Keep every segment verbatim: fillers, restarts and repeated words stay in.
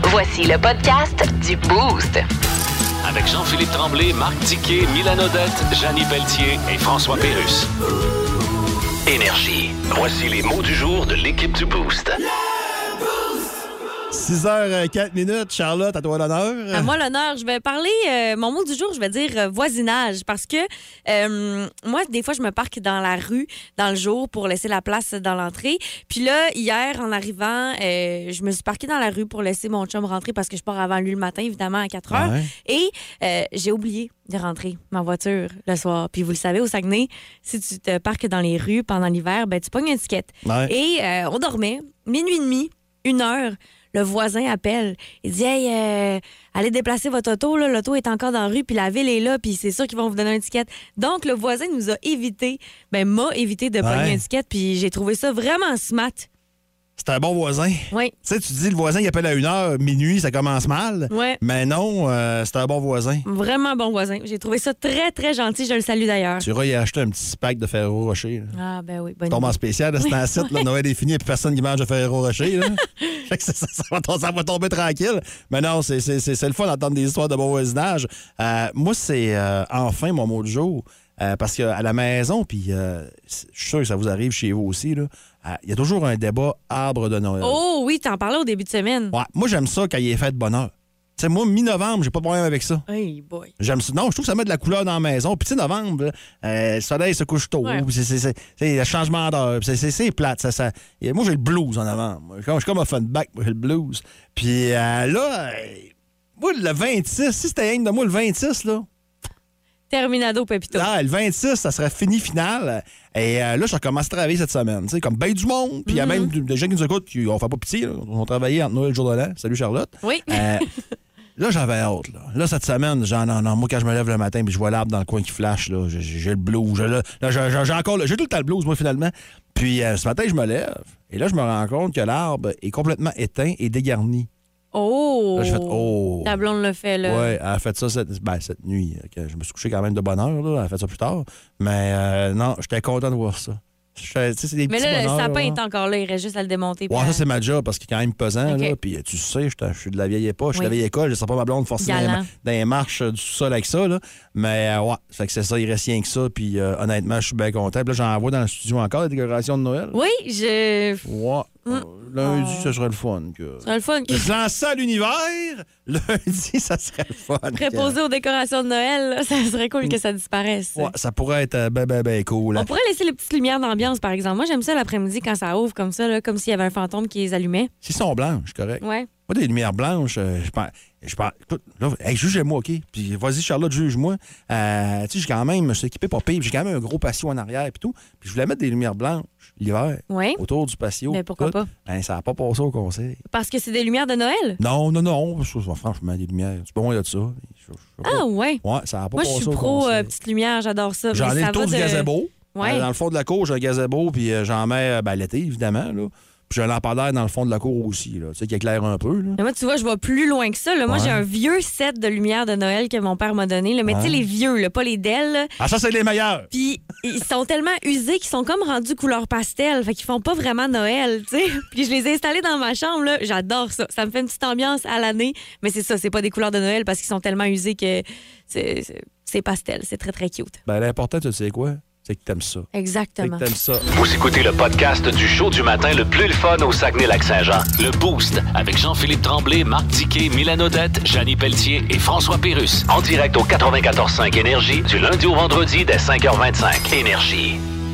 Voici le podcast du Boost. Avec Jean-Philippe Tremblay, Marc Tiquet, Milan Odette, Jannie Pelletier et François Pérusse. Énergie. Voici les mots du jour de l'équipe du Boost. six heures quatre minutes. Charlotte, à toi l'honneur. À moi l'honneur. Je vais parler, euh, mon mot du jour, je vais dire euh, voisinage. Parce que euh, moi, des fois, je me parque dans la rue dans le jour pour laisser la place dans l'entrée. Puis là, hier, en arrivant, euh, je me suis parquée dans la rue pour laisser mon chum rentrer parce que je pars avant lui le matin, évidemment, à quatre heures. Ouais. Et euh, j'ai oublié de rentrer ma voiture le soir. Puis vous le savez, au Saguenay, si tu te parques dans les rues pendant l'hiver, ben tu pognes une étiquette. Ouais. Et euh, on dormait, minuit et demi, une heure. Le voisin appelle. Il dit « Hey, euh, allez déplacer votre auto. Là. L'auto est encore dans la rue, puis la ville est là, puis c'est sûr qu'ils vont vous donner une étiquette. » Donc, le voisin nous a évité, ben m'a évité de pogner Ouais. une étiquette, puis j'ai trouvé ça vraiment smart. C'est un bon voisin. Oui. Tu sais, tu dis le voisin il appelle à une heure, minuit, ça commence mal. Ouais. Mais non, euh, c'est un bon voisin. Vraiment bon voisin. J'ai trouvé ça très, très gentil. Je le salue d'ailleurs. Tu iras y acheter un petit pack de Ferrero Rocher. Là. Ah, ben oui. Bonne Tombe en idée. spécial, là, c'est un site, là, Noël est fini, et puis personne qui mange de Ferrero Rocher. Là. Fait que ça, ça, ça va, ça va tomber tranquille. Mais non, c'est, c'est, c'est, c'est le fun d'entendre des histoires de bon voisinage. Euh, moi, c'est euh, enfin mon mot du jour. Euh, parce qu'à la maison, puis euh, je suis sûr que ça vous arrive chez vous aussi, il euh, y a toujours un débat arbre de Noël. Oh oui, t'en parlais au début de semaine. Ouais, moi, j'aime ça quand il est fait de bonheur. Tu sais, moi, mi-novembre, j'ai pas de problème avec ça. Hey boy. J'aime ça. Non, je trouve que ça met de la couleur dans la maison. Puis, tu sais, novembre, là, euh, le soleil se couche tôt. Ouais. Puis c'est, c'est, c'est, c'est le changement d'heure. Puis c'est, c'est, c'est plate. Ça, ça... Et moi, j'ai le blues en novembre. Je suis comme un Offenbach, moi, j'ai le blues. Puis euh, là, euh, moi, le vingt-six, si c'était rien de moi, le vingt-six, là, Terminado Pepito. ah, le vingt-six, ça serait fini final. Et euh, là, je recommence à travailler cette semaine. Tu sais, comme ben du monde. Puis il y a même des gens qui nous écoutent qui on fait pas pitié. Là. On travaillait entre Noël et le jour de l'an. Salut, Charlotte. Oui. Euh, là, j'avais hâte. Là. là, cette semaine, genre, non, non, moi, quand je me lève le matin puis je vois l'arbre dans le coin qui flash, là, j'ai, j'ai le blues. J'ai, là, là, j'ai, j'ai encore le- j'ai tout le temps le blues, moi, finalement. Puis euh, ce matin, je me lève. Et là, je me rends compte que l'arbre est complètement éteint et dégarni. Oh. Là, j'ai fait, oh. Ta blonde le fait, là. Ouais, elle a fait ça cette, ben, cette nuit. que Je me suis couché quand même de bonne heure. Là. Elle a fait ça plus tard. Mais euh, non, j'étais content de voir ça. J'étais- tu sais, c'est des Mais petits là, le bonheurs, sapin là. est encore là. Il reste juste à le démonter. puis Ouais, à- ça, c'est ma job parce qu'il est quand même pesant. OK. Là, puis tu sais, je je suis de la vieille époque. Je suis de la Oui. vieille école. Je ne sais pas ma blonde forcer dans, les- Galant. dans les marches euh, du sous-sol avec ça. Là. Mais euh, ouais, fait que c'est ça. Il reste rien que ça. Puis euh, honnêtement, je suis bien content. Puis là, j'en vois dans le studio encore des décorations de Noël. Oui, je. Ouais. Mm. Euh, lundi, Oh. ce serait le fun. Que... Ce serait le fun. Je lance ça à l'univers. Lundi, ça serait le fun. Préposé aux décorations de Noël, là, ça serait cool que ça disparaisse. Ouais, ça pourrait être euh, ben, ben, ben cool. On pourrait laisser les petites lumières d'ambiance, par exemple. Moi, j'aime ça l'après-midi quand ça ouvre comme ça, là, comme s'il y avait un fantôme qui les allumait. S'ils sont blanches, correct. Ouais. Moi, des lumières blanches, euh, je pense. Je pense. Écoute, là, hey, jugez-moi, OK? Puis vas-y, Charlotte, juge-moi. Euh, tu sais, j'ai quand même, je suis équipé pas pire, puis j'ai quand même un gros patio en arrière et tout. Puis je voulais mettre des lumières blanches l'hiver Ouais. autour du patio. Mais pourquoi Écoute, pas? ben, ça n'a pas passé au conseil. Parce que c'est des lumières de Noël? Non, non, non. Ça, ça, franchement, des lumières. C'est pas loin de ça. Je- je- je sais pas. Ah, ouais. Ouais, ça n'a pas Moi, je passé suis au pro conseil. euh, petite lumière, j'adore ça. J'en mais ai ça le tour va du de- gazebo. Ouais. Euh, dans le fond de la cour, j'ai un gazebo, puis euh, j'en mets euh, ben, l'été, évidemment. Là. Puis j'ai un lampadaire dans le fond de la cour aussi, là, tu sais, qui éclaire un peu. Là. Mais moi, tu vois, je vais plus loin que ça. Là. Moi, Ouais. j'ai un vieux set de lumières de Noël que mon père m'a donné. Là. Mais tu sais, Ouais. les vieux, là, pas les D E L. là. Ah, ça, c'est les meilleurs! Puis ils sont tellement usés qu'ils sont comme rendus couleur pastel. Fait qu'ils font pas vraiment Noël, tu sais. Puis je les ai installés dans ma chambre, là. J'adore ça. Ça me fait une petite ambiance à l'année. Mais c'est ça, c'est pas des couleurs de Noël parce qu'ils sont tellement usés que c'est, c'est, c'est pastel. C'est très, très cute. Ben, l'important, tu sais quoi? C'est que t'aimes ça. C'est Exactement. que t'aimes ça. Vous écoutez le podcast du show du matin le plus le fun au Saguenay-Lac-Saint-Jean. Le Boost avec Jean-Philippe Tremblay, Marc Tiquet, Milan Odette, Jannie Pelletier et François Pérusse. En direct au quatre-vingt-quatorze cinq Énergie du lundi au vendredi dès cinq heures vingt-cinq. Énergie.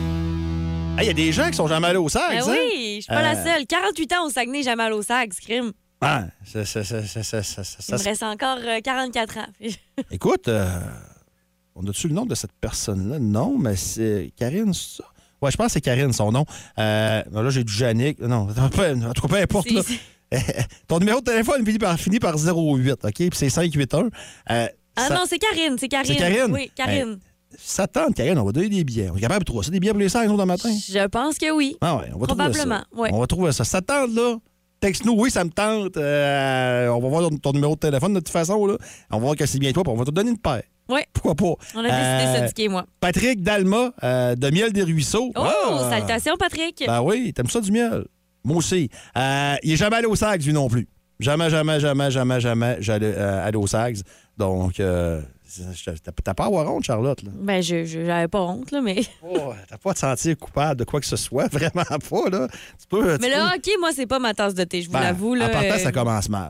Il y a des gens qui sont jamais allés au sac, Ben hein? oui, je suis pas Euh. la seule. quarante-huit ans au Saguenay, jamais allé au sac, crime. Ah, ça, ça, ça, ça, ça, ça, ça, Il ça me reste encore euh, quarante-quatre ans. Écoute, euh, on a-tu le nom de cette personne-là? Non, mais c'est Karine, c'est ça? Ouais, je pense que c'est Karine, son nom. Euh, là, j'ai du Yannick. Non, en tout cas, peu importe. Là. Ton numéro de téléphone finit par, finit par zéro huit, OK? Puis c'est cinq huit un. Euh, Ah ça- non, c'est Karine, c'est Karine. C'est Karine? Oui, Karine. Ça tente, Karine, on va donner des billets. On est capable de trouver ça, des billets pour les cinq jours de matin? Je pense que oui. Ah ouais, on va Probablement, trouver ça. ouais. On va trouver ça. Ça tente, là. Texte-nous, oui, ça me tente. Euh, on va voir ton, ton numéro de téléphone de toute façon, là. On va voir que c'est bien toi, puis on va te donner une paire. Oui. Pourquoi pas? On a décidé Euh, ça du moi. Patrick Dalma, euh, de Miel des Ruisseaux. Oh, Ah! salutations, Patrick. Ben oui, t'aimes ça du miel? Moi aussi. Euh, il est jamais allé au sac, lui non plus. Jamais, jamais, jamais, jamais, jamais j'allais euh, aller aux Sags. Donc, euh, t'as, t'as pas à avoir honte, Charlotte. Là. Ben, je, je, j'avais pas honte, là, mais... Oh, t'as pas à te sentir coupable de quoi que ce soit. Vraiment pas, là. Tu peux, tu mais le peux... hockey, moi, c'est pas ma tasse de thé, je vous Ben, l'avoue. Là, en partant, euh... ça commence mal.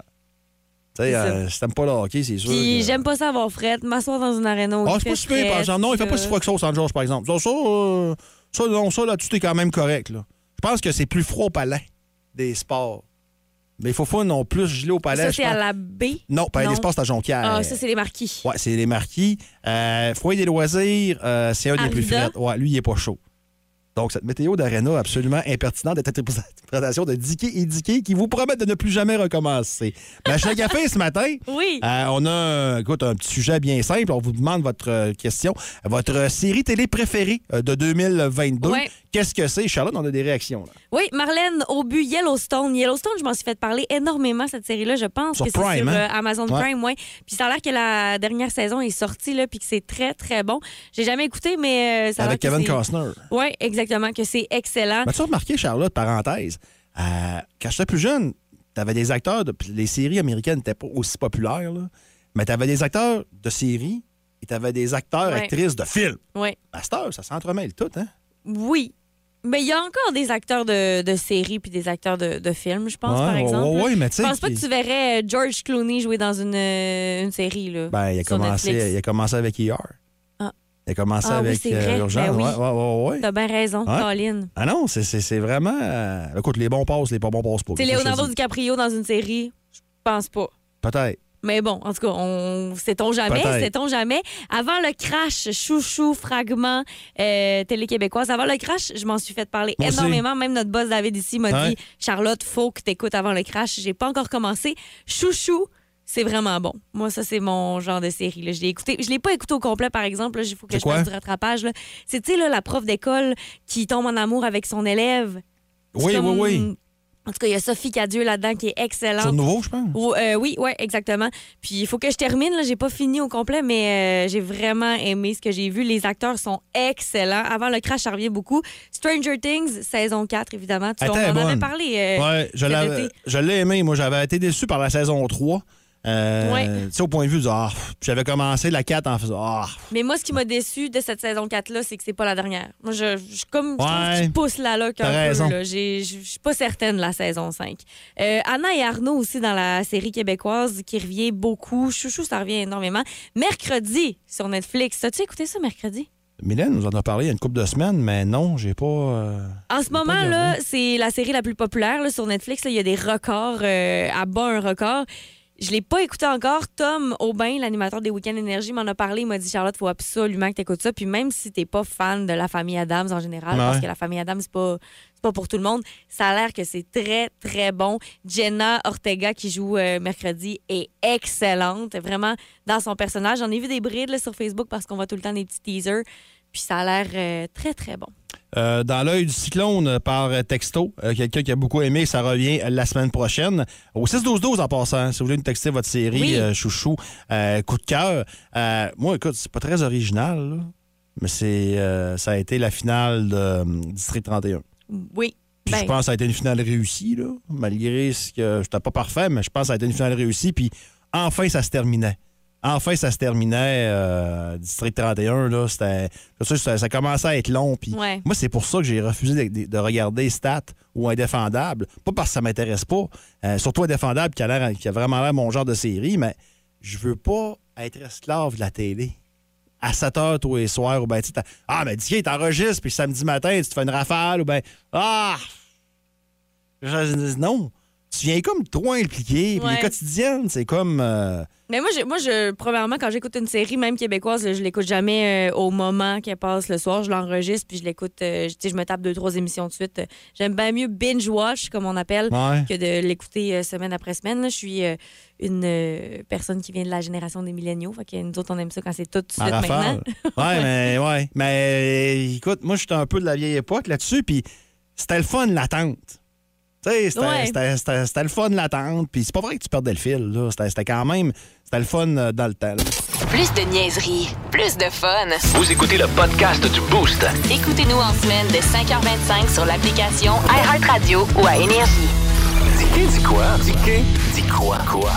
Tu sais, euh, si t'aimes pas le hockey, c'est sûr. Puis que... j'aime pas ça avoir fret, m'asseoir dans une aréna où Ah, il c'est fait pas super, par fret, exemple. Non, il fait pas là. si froid que ça au San Georges, par exemple. Ça, ça, euh, ça, non, ça là-dessus, t'es quand même correct, là. Je pense que c'est plus froid au palais des sports. Mais il faut pas non plus geler au palais. Ça, je c'est pense. à la baie? Non, palais Non. des sports, c'est à Jonquière. Ah, ça, c'est les marquis. Ouais, c'est les marquis. Euh, Foyer des loisirs, euh, c'est un des plus Arvida. frettes. Ouais, lui, il est pas chaud. Donc, cette météo d'Arena absolument impertinente est une présentation de Dicky et Dicky qui vous promettent de ne plus jamais recommencer. Machine à café ce matin, Oui. euh, on a écoute, un petit sujet bien simple. On vous demande votre euh, question. Votre série télé préférée euh, de deux mille vingt-deux. Ouais. Qu'est-ce que c'est? Charlotte, on a des réactions. Là. Oui, Marlène Aubu, Yellowstone. Yellowstone, je m'en suis fait parler énormément, cette série-là. Je pense Sur que c'est Prime, sur hein? euh, Amazon Ouais. Prime, oui. Puis ça a l'air que la dernière saison est sortie, là, puis que c'est très, très bon. J'ai jamais écouté, mais euh, ça a Avec l'air que Kevin c'est... Costner. Oui, exactement, que c'est excellent. As-tu remarqué, Charlotte, parenthèse, euh, quand j'étais plus jeune, t'avais des acteurs, de, puis les séries américaines n'étaient pas aussi populaires, là, mais t'avais des acteurs de séries et t'avais des acteurs, Ouais. actrices de films. Oui. À cette heure, ça s'entremêle tout, hein? Oui. Mais il y a encore des acteurs de, de séries puis des acteurs de, de films, je pense, Ouais, par ouais, exemple. ouais, ouais, mais Je tu sais. pense pas qui- que tu verrais euh, George Clooney jouer dans une, euh, une série, là. Ben, il a, sur commencé, Netflix. il a commencé avec E R. Ah. Il a commencé Ah oui, avec c'est euh, vrai. Urgence. Ben oui. Ouais, ouais, ouais, ouais. T'as bien raison, Ouais. Colin. Ah non, c'est, c'est, c'est vraiment. euh, Écoute, les bons passent, les pas bons passent pas. C'est C'est ça que je Leonardo te dis. DiCaprio dans une série? Je pense pas. Peut-être. Mais bon, en tout cas, on sait-on jamais, Peut-être. sait-on jamais. Avant le crash, chouchou, fragment, euh, télé québécoise. Avant le crash, je m'en suis fait parler Moi aussi. énormément. Même notre boss David ici m'a Ouais. dit, Charlotte, faut que t'écoutes avant le crash. J'ai pas encore commencé. Chouchou, c'est vraiment bon. Moi, ça, c'est mon genre de série. Là. Je l'ai écouté. Je l'ai pas écouté au complet, par exemple. Il faut que C'est je quoi? fasse du rattrapage. Là. C'est, tu sais, là, la prof d'école qui tombe en amour avec son élève. C'est Oui, comme- oui, oui. En tout cas, il y a Sophie Cadieux là-dedans qui est excellente. Sur nouveau, je pense. Ou- euh, oui, ouais, exactement. Puis il faut que je termine. Là, j'ai pas fini au complet, mais euh, j'ai vraiment aimé ce que j'ai vu. Les acteurs sont excellents. Avant le crash, ça revient beaucoup. Stranger Things, saison quatre, évidemment. Tu Elle on était en avait bonne. parlé. euh, Ouais, je, cet l'avais- été. je l'ai aimé. Moi, j'avais été déçu par la saison trois. Euh, Ouais. Tu sais, au point de vue, de, ah, puis j'avais commencé la quatre en faisant. Ah, Mais moi, ce qui m'a déçu de cette saison quatre-là, c'est que c'est pas la dernière. Moi, je, je, comme, je trouve Ouais. qu'il pousse la loque T'as un raison. peu. là. J'ai- Je je suis pas certaine de la saison cinq. Euh, Anna et Arnaud aussi dans la série québécoise qui revient beaucoup. Chouchou, ça revient énormément. Mercredi sur Netflix. As-tu écouté ça mercredi? Mylène nous en a parlé il y a une couple de semaines, mais non, j'ai pas. euh, En ce pas moment, regardé. là, c'est la série la plus populaire là, sur Netflix. là. Il y a des records euh, à bas un record. Je l'ai pas écouté encore. Tom Aubin, l'animateur des Week-ends Énergie, m'en a parlé. Il m'a dit, Charlotte, faut absolument que tu écoutes ça. Puis même si t'es pas fan de la famille Adams en général, Ouais. parce que la famille Adams, c'est pas, c'est pas pour tout le monde, ça a l'air que c'est très, très bon. Jenna Ortega, qui joue euh, mercredi, est excellente. Vraiment, dans son personnage. J'en ai vu des brides là, sur Facebook parce qu'on voit tout le temps des petits teasers. Puis ça a l'air euh, très, très bon. Euh, dans l'œil du cyclone euh, par euh, texto, euh, quelqu'un qui a beaucoup aimé, ça revient euh, la semaine prochaine. Au six douze douze en passant, si vous voulez nous texter votre série Oui. euh, chouchou, euh, coup de cœur. Euh, moi, écoute, c'est pas très original, là, mais c'est euh, ça a été la finale de euh, District trente et un. Oui. Puis Ben, je pense que ça a été une finale réussie, là, malgré ce que j'étais pas parfait, mais je pense que ça a été une finale réussie. Puis enfin, ça se terminait. Enfin, ça se terminait. euh, District trente et un, là, c'était, ça, ça, ça commençait à être long. Puis Ouais. moi, c'est pour ça que j'ai refusé de, de- de regarder Stat ou Indéfendable. Pas parce que ça m'intéresse pas. euh, surtout Indéfendable, qui a, l'air, qui a vraiment l'air mon genre de série, mais je veux pas être esclave de la télé. À sept heures tous les soirs, ou ben, tu sais, t'as- ah, mais dis, t'enregistres, puis samedi matin, tu te fais une rafale, ou ben, ah! Je- non. Tu viens comme trop impliqué. Puis Ouais. les quotidiennes, c'est comme. euh, Mais moi, je, moi je, premièrement, quand j'écoute une série, même québécoise, là, je l'écoute jamais euh, au moment qu'elle passe le soir. Je l'enregistre, puis je l'écoute, euh, tu sais, je me tape deux, trois émissions de suite. J'aime bien mieux binge-watch, comme on appelle, Ouais. que de l'écouter euh, semaine après semaine. là. Je suis euh, une euh, personne qui vient de la génération des milléniaux. Fait que nous autres, on aime ça quand c'est tout de suite En rafale. maintenant. ouais, mais ouais. Mais euh, écoute, moi, j'étais un peu de la vieille époque là-dessus, puis c'était le fun, l'attente. Tu sais, c'était, Ouais. c'était, c'était- c'était le fun, l'attente. Puis c'est pas vrai que tu perdais le fil, là. C'était, c'était quand même. C'était le fun euh, dans le temps, là. Plus de niaiserie, plus de fun. Vous écoutez le podcast du Boost. Écoutez-nous en semaine de cinq heures vingt-cinq sur l'application iHeartRadio ou à Énergie. Dis dis quoi? Dis dis quoi? Quoi? Quoi?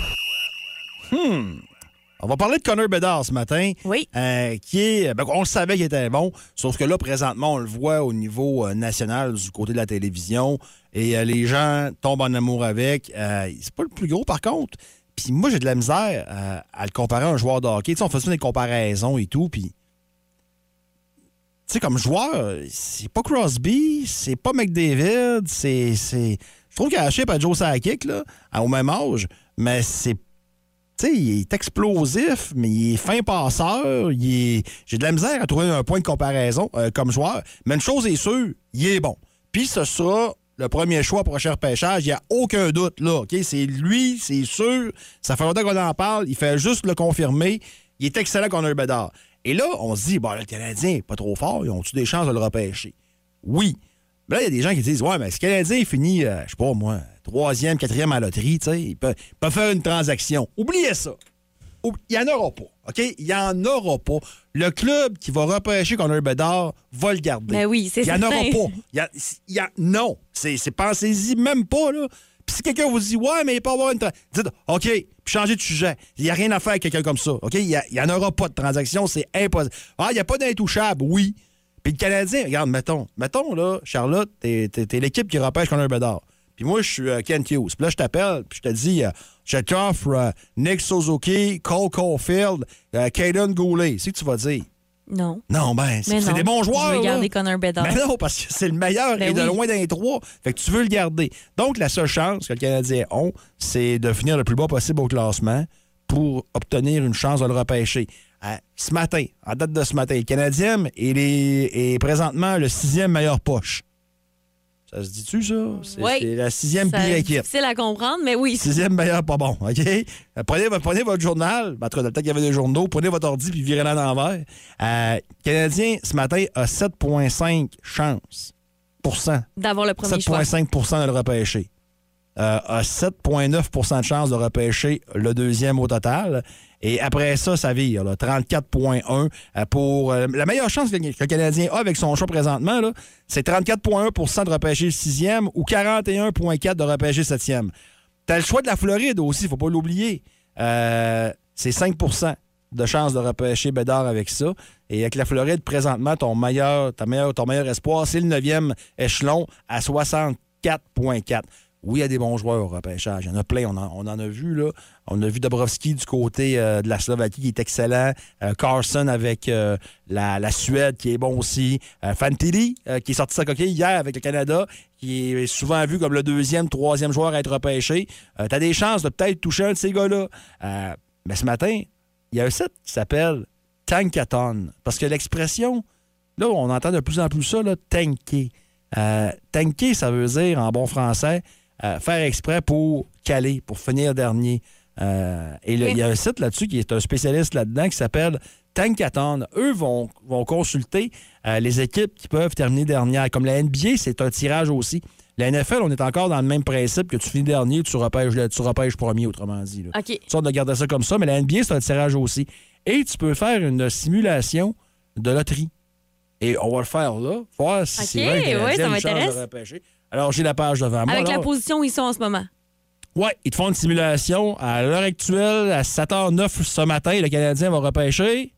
Hmm. On va parler de Connor Bedard ce matin. Oui. Euh, qui est. Ben, on le savait qu'il était bon, sauf que là, présentement, on le voit au niveau euh, national du côté de la télévision. Et euh, les gens tombent en amour avec. Euh, c'est pas le plus gros, par contre. Puis moi, j'ai de la misère euh, à le comparer à un joueur de hockey. Tu sais, on fait souvent des comparaisons et tout. Puis. Tu sais, comme joueur, c'est pas Crosby, c'est pas McDavid, c'est. c'est... Je trouve qu'il a haché par Joe Sakic, là, au même âge, mais c'est. Tu sais, il est explosif, mais il est fin passeur. Il est... J'ai de la misère à trouver un point de comparaison euh, comme joueur. Mais une chose est sûre, il est bon. Puis ce sera le premier choix pour un cher repêchage. Il n'y a aucun doute, là. OK? C'est lui, c'est sûr. Ça fait longtemps qu'on en parle. Il fait juste le confirmer. Il est excellent Connor Bedard. Et là, on se dit, bon, le Canadien n'est pas trop fort. Ils ont-tu des chances de le repêcher? Oui. Mais là, il y a des gens qui disent, ouais, mais si le Canadien finit, euh, je sais pas moi, troisième, quatrième à la loterie, tu sais, il peut, il peut faire une transaction. Oubliez ça. Il n'y en aura pas, OK? Il n'y en aura pas. Le club qui va repêcher Connor Bedard va le garder. Ben oui, c'est Il n'y en certain. aura pas. Il y a, il y a, non. C'est, c'est pensez-y même pas, là. Puis si quelqu'un vous dit, ouais, mais il peut avoir une transaction, dites, OK, puis changez de sujet. Il n'y a rien à faire avec quelqu'un comme ça, OK? Il n'y en aura pas de transaction, c'est impossible. Ah, il n'y a pas d'intouchable, oui. Puis le Canadien, regarde, mettons, mettons, là, Charlotte, t'es, t'es, t'es l'équipe qui repêche Connor Bedard. Puis moi, je suis euh, Kent Hughes. Puis là, je t'appelle, puis je te dis, euh, je t'offre euh, Nick Suzuki, Cole Caulfield, euh, Caden Goulet. C'est que tu vas dire? Non. Non, ben, c'est, Mais c'est non. des bons joueurs. Je veux là. garder Connor Bedard. Mais non, parce que c'est le meilleur Ben et de oui. loin d'un trois. Fait que tu veux le garder. Donc, la seule chance que le Canadien a, c'est de finir le plus bas possible au classement pour obtenir une chance de le repêcher. Euh, ce matin, en date de ce matin, le Canadien il est, est présentement le sixième meilleur poche. Ça se dit-tu, ça? C'est, Oui. c'est la sixième C'est pire équipe. difficile à comprendre, mais oui. Sixième meilleur pas bon, OK? Euh, Prenez, votre- prenez votre journal, en tout cas, dans le temps qu'il y avait des journaux, prenez votre ordi puis virez-la à l'envers. Euh, Canadien, ce matin, a sept virgule cinq chances pour cent. D'avoir le premier sept choix. virgule cinq pour cent de le repêcher. Euh, a sept virgule neuf pour cent de chance de repêcher le deuxième au total. Et après ça, ça vire. Là, trente-quatre virgule un euh, pour... euh, la meilleure chance que, que le Canadien a avec son choix présentement, là, c'est trente-quatre virgule un pour cent de repêcher le sixième ou quarante et un virgule quatre de repêcher le septième. T'as le choix de la Floride aussi, faut pas l'oublier. Euh, c'est cinq pour cent de chance de repêcher Bedard avec ça. Et avec la Floride, présentement, ton meilleur, ta meilleure, ton meilleur espoir, c'est le neuvième échelon à soixante-quatre virgule quatre. Oui, il y a des bons joueurs au repêchage. Il y en a plein. On en, on en a vu, là. On a vu Dabrowski du côté euh, de la Slovaquie qui est excellent. Euh, Carson avec euh, la, la Suède qui est bon aussi. Euh, Fantilli euh, qui est sorti sa coquille hier avec le Canada, qui est souvent vu comme le deuxième, troisième joueur à être repêché. Euh, tu as des chances de peut-être toucher un de ces gars-là. Euh, mais ce matin, il y a un site qui s'appelle Tankathon. Parce que l'expression, là, on entend de plus en plus ça, là, tanker. Euh, tanker, ça veut dire, en bon français, Euh, faire exprès pour caler, pour finir dernier. Euh, et il y a un site là-dessus qui est un spécialiste là-dedans qui s'appelle Tankathon. Eux vont, vont consulter euh, les équipes qui peuvent terminer dernière. Comme la N B A, c'est un tirage aussi. La N F L, on est encore dans le même principe que tu finis dernier, tu repêches, tu repêches premier, autrement dit. Là. OK. Tu sortes de garder ça comme ça, mais la N B A, c'est un tirage aussi. Et tu peux faire une simulation de loterie. Et on va le faire là, voir si OK, c'est vrai que le ouais, Canadien ça a une chance m'intéresse. de repêcher. Alors, j'ai la page devant moi. Avec Alors, la position où ils sont en ce moment. oui, ils te font une simulation. À l'heure actuelle, à sept heures neuf ce matin, le Canadien va repêcher.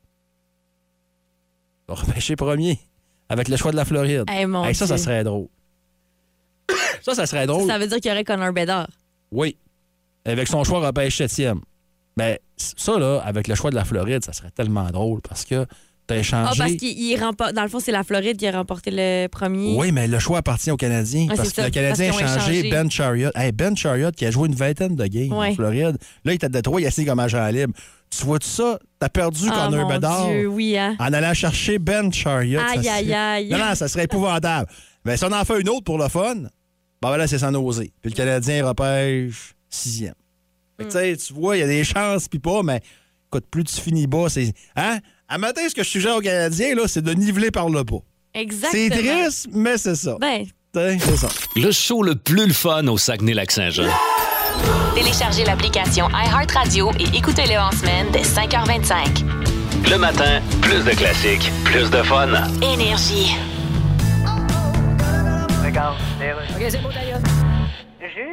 Va repêcher premier. Avec le choix de la Floride. Eh, mon Hey, ça, ça Dieu. serait drôle. ça, ça serait drôle. Ça veut dire qu'il y aurait Connor Bedard. Oui. Avec son choix, repêche septième. Mais ça, là, avec le choix de la Floride, ça serait tellement drôle parce que t'as échangé. Ah, parce qu'il il remporte. Dans le fond, c'est la Floride qui a remporté le premier. Oui, mais le choix appartient aux Canadiens. Ah, parce c'est que ça, le Canadien a parce qu'ils ont échangé échangé. Ben Chariot. Hey, Ben Chariot qui a joué une vingtaine de games Ouais. en Floride. Là, il était de Détroit, il a signé comme agent libre. Tu vois-tu ça? T'as perdu Ah, Connor mon Bedard Dieu, oui, hein. en allant chercher Ben Chariot. ça Aïe, serait- aïe, aïe. Non, non, ça serait épouvantable. Mais si on en fait une autre pour le fun, ben voilà, c'est sans oser. Puis le Canadien repêche sixième. Fait que, tu sais, tu vois, il y a des chances, puis pas, mais écoute, plus tu finis bas, c'est... Hein? À matin, ce que je suggère aux Canadiens, là, c'est de niveler par le bas. Exactement. C'est triste, mais c'est ça. Ben, T'sais, c'est ça. Le show le plus le fun au Saguenay-Lac-Saint-Jean. Téléchargez l'application iHeartRadio et écoutez-le en semaine dès cinq heures vingt-cinq. Le matin, plus de classiques, plus de fun. Énergie. Regarde, OK, c'est beau d'ailleurs. Juge,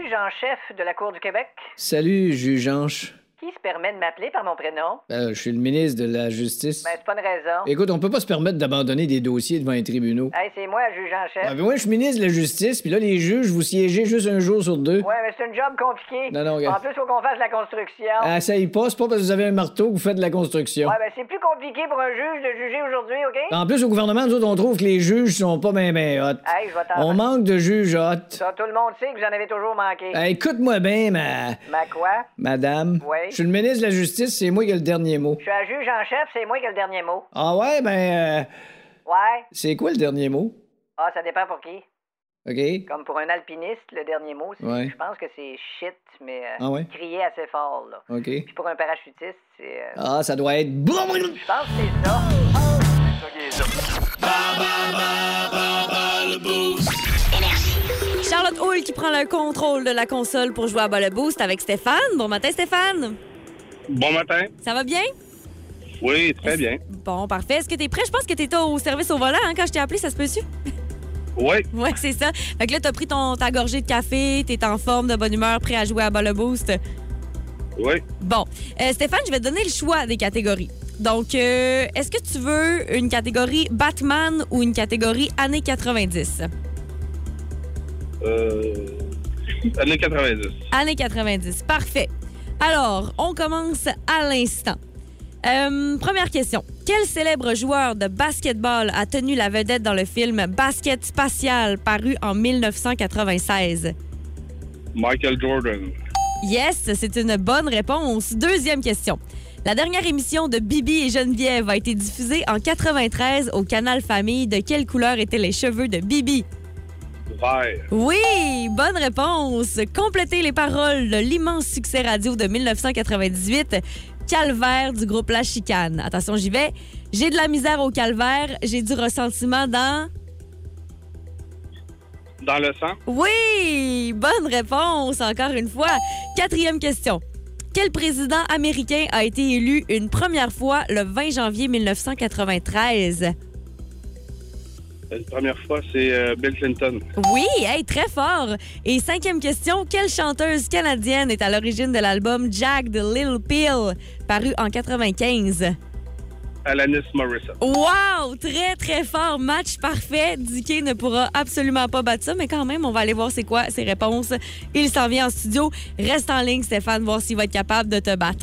juge en chef de la Cour du Québec. Salut, juge Anche. Qui se permet de m'appeler par mon prénom? Ben, je suis le ministre de la Justice. Ben, c'est pas une raison. Écoute, on peut pas se permettre d'abandonner des dossiers devant les tribunaux. Hey, c'est moi, juge en chef. Ah, ben moi, je suis ministre de la Justice, puis là, les juges, vous siégez juste un jour sur deux. Ouais, mais c'est un job compliqué. Non, non, regarde. En plus, faut qu'on fasse la construction. Ah, ça y passe, pas parce que vous avez un marteau que vous faites de la construction. Ouais, ben c'est plus compliqué pour un juge de juger aujourd'hui, OK? En plus, au gouvernement, nous autres, on trouve que les juges sont pas ben ben hot. Hey, je vais t'en... On manque de juges hot. Ça, tout le monde sait que vous en avez toujours manqué. Hey, écoute-moi bien, ma... Ma quoi? Madame. Oui. Je suis le ministre de la Justice, c'est moi qui ai le dernier mot. Je suis un juge en chef, c'est moi qui ai le dernier mot. Ah ouais, ben... euh, Ouais? c'est quoi le dernier mot? Ah, ça dépend pour qui. OK? Comme pour un alpiniste, le dernier mot, c'est, Ouais. je pense que c'est shit, mais euh, Ah ouais? crier assez fort, là. OK. Puis pour un parachutiste, c'est... euh, Ah, ça doit être... je pense que c'est ça. Charlotte Hull qui prend le contrôle de la console pour jouer à Bas le Boost avec Stéphane. Bon matin, Stéphane. Bon matin. Ça va bien? Oui, très bien. Bon, parfait. Est-ce que t'es prêt? Je pense que t'étais au service au volant hein, quand je t'ai appelé, ça se peut-tu? Oui. Oui, c'est ça. Fait que là, t'as pris ton, ta gorgée de café, t'es en forme, de bonne humeur, prêt à jouer à Bas le Boost. Oui. Bon. Euh, Stéphane, je vais te donner le choix des catégories. Donc, euh, est-ce que tu veux une catégorie Batman ou une catégorie années quatre-vingt-dix? Euh... Années quatre-vingt-dix. Années quatre-vingt-dix. Parfait. Alors, on commence à l'instant. Euh, première question. Quel célèbre joueur de basketball a tenu la vedette dans le film Basket Spatial, paru en dix-neuf cent quatre-vingt-seize? Michael Jordan. Yes, c'est une bonne réponse. Deuxième question. La dernière émission de Bibi et Geneviève a été diffusée en quatre-vingt-treize au Canal Famille. De quelle couleur étaient les cheveux de Bibi? Vert. Oui, bonne réponse. Complétez les paroles de l'immense succès radio de dix-neuf cent quatre-vingt-dix-huit, Calvaire du groupe La Chicane. Attention, j'y vais. J'ai de la misère au calvaire, j'ai du ressentiment dans... Dans le sang. Oui, bonne réponse, encore une fois. Quatrième question. Quel président américain a été élu une première fois le vingt janvier dix-neuf cent quatre-vingt-treize? La première fois, c'est euh, Bill Clinton. Oui, hey, très fort. Et cinquième question, quelle chanteuse canadienne est à l'origine de l'album Jack the Little Pill, paru en quatre-vingt-quinze? Alanis Morissette. Wow! Très, très fort. Match parfait. Dicky ne pourra absolument pas battre ça, mais quand même, on va aller voir c'est quoi ses réponses. Il s'en vient en studio. Reste en ligne, Stéphane, voir s'il va être capable de te battre.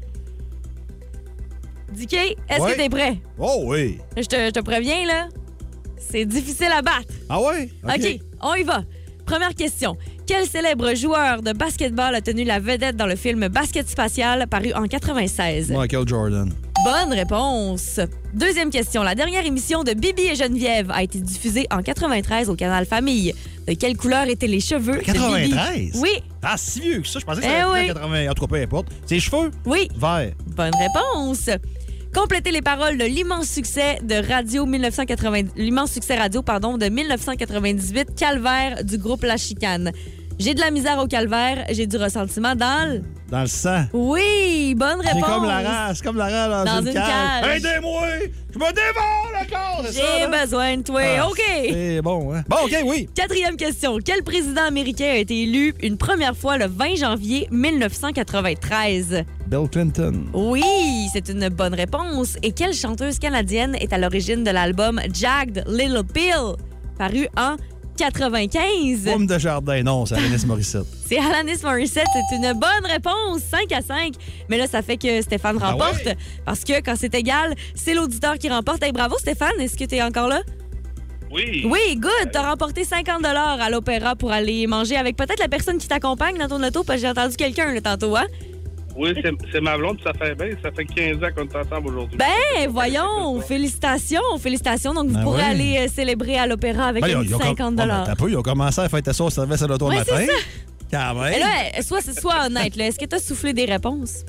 Dicky, est-ce Oui. que t'es prêt? Oh oui. Je te, je te préviens, là. C'est difficile à battre. Ah ouais? OK, on y va. Première question. Quel célèbre joueur de basketball a tenu la vedette dans le film Basket Spatial, paru en quatre-vingt-seize? Michael Jordan. Bonne réponse. Deuxième question. La dernière émission de Bibi et Geneviève a été diffusée en quatre-vingt-treize au Canal Famille. De quelle couleur étaient les cheveux de Bibi? quatre-vingt-treize? Oui, Ah, si vieux que ça. Je pensais que Eh c'était en oui. quatre-vingts. En tout cas, peu importe. Ses cheveux? oui. Vert. Bonne réponse. Complétez les paroles de l'immense succès de radio dix-neuf cent quatre-vingt... l'immense succès radio pardon de dix-neuf cent quatre-vingt-dix-huit, Calvaire du groupe La Chicane. J'ai de la misère au calvaire, j'ai du ressentiment dans le... Dans le sang. Oui, bonne réponse. C'est comme la race, comme la race dans, Dans une, une cage. cage. Aidez-moi! Je me dévore le corps! c'est ça, J'ai là? besoin de toi. Ah, OK. C'est bon, hein? Bon, OK, oui. Quatrième question. Quel président américain a été élu une première fois le vingt janvier dix-neuf cent quatre-vingt-treize? Bill Clinton. Oui, c'est une bonne réponse. Et quelle chanteuse canadienne est à l'origine de l'album Jack the Little Pill, paru en quatre-vingt-quinze? Pomme de jardin. Non, c'est Alanis Morissette. C'est Alanis Morissette. C'est une bonne réponse. cinq à cinq. Mais là, ça fait que Stéphane Ah remporte. ouais? Parce que quand c'est égal, c'est l'auditeur qui remporte. Hey, bravo, Stéphane. Est-ce que tu es encore là? Oui. Oui, good. T'as remporté cinquante dollars à l'Opéra pour aller manger avec peut-être la personne qui t'accompagne dans ton auto, parce que j'ai entendu quelqu'un là, tantôt, hein? Oui, c'est, c'est ma blonde, puis ça fait bien. Ça fait quinze ans qu'on est ensemble aujourd'hui. Ben, voyons, félicitations, félicitations. Donc, vous Ben pourrez ouais. aller euh, célébrer à l'Opéra avec Ben, un ils ont- petit ils ont com- cinquante Bon, ben, dollars. t'as peu, ils ont commencé à fêter ça au service à l'auto Ouais, le matin. c'est ça. Quand même. Et là, euh, sois, sois honnête, là. Est-ce que t'as soufflé des réponses?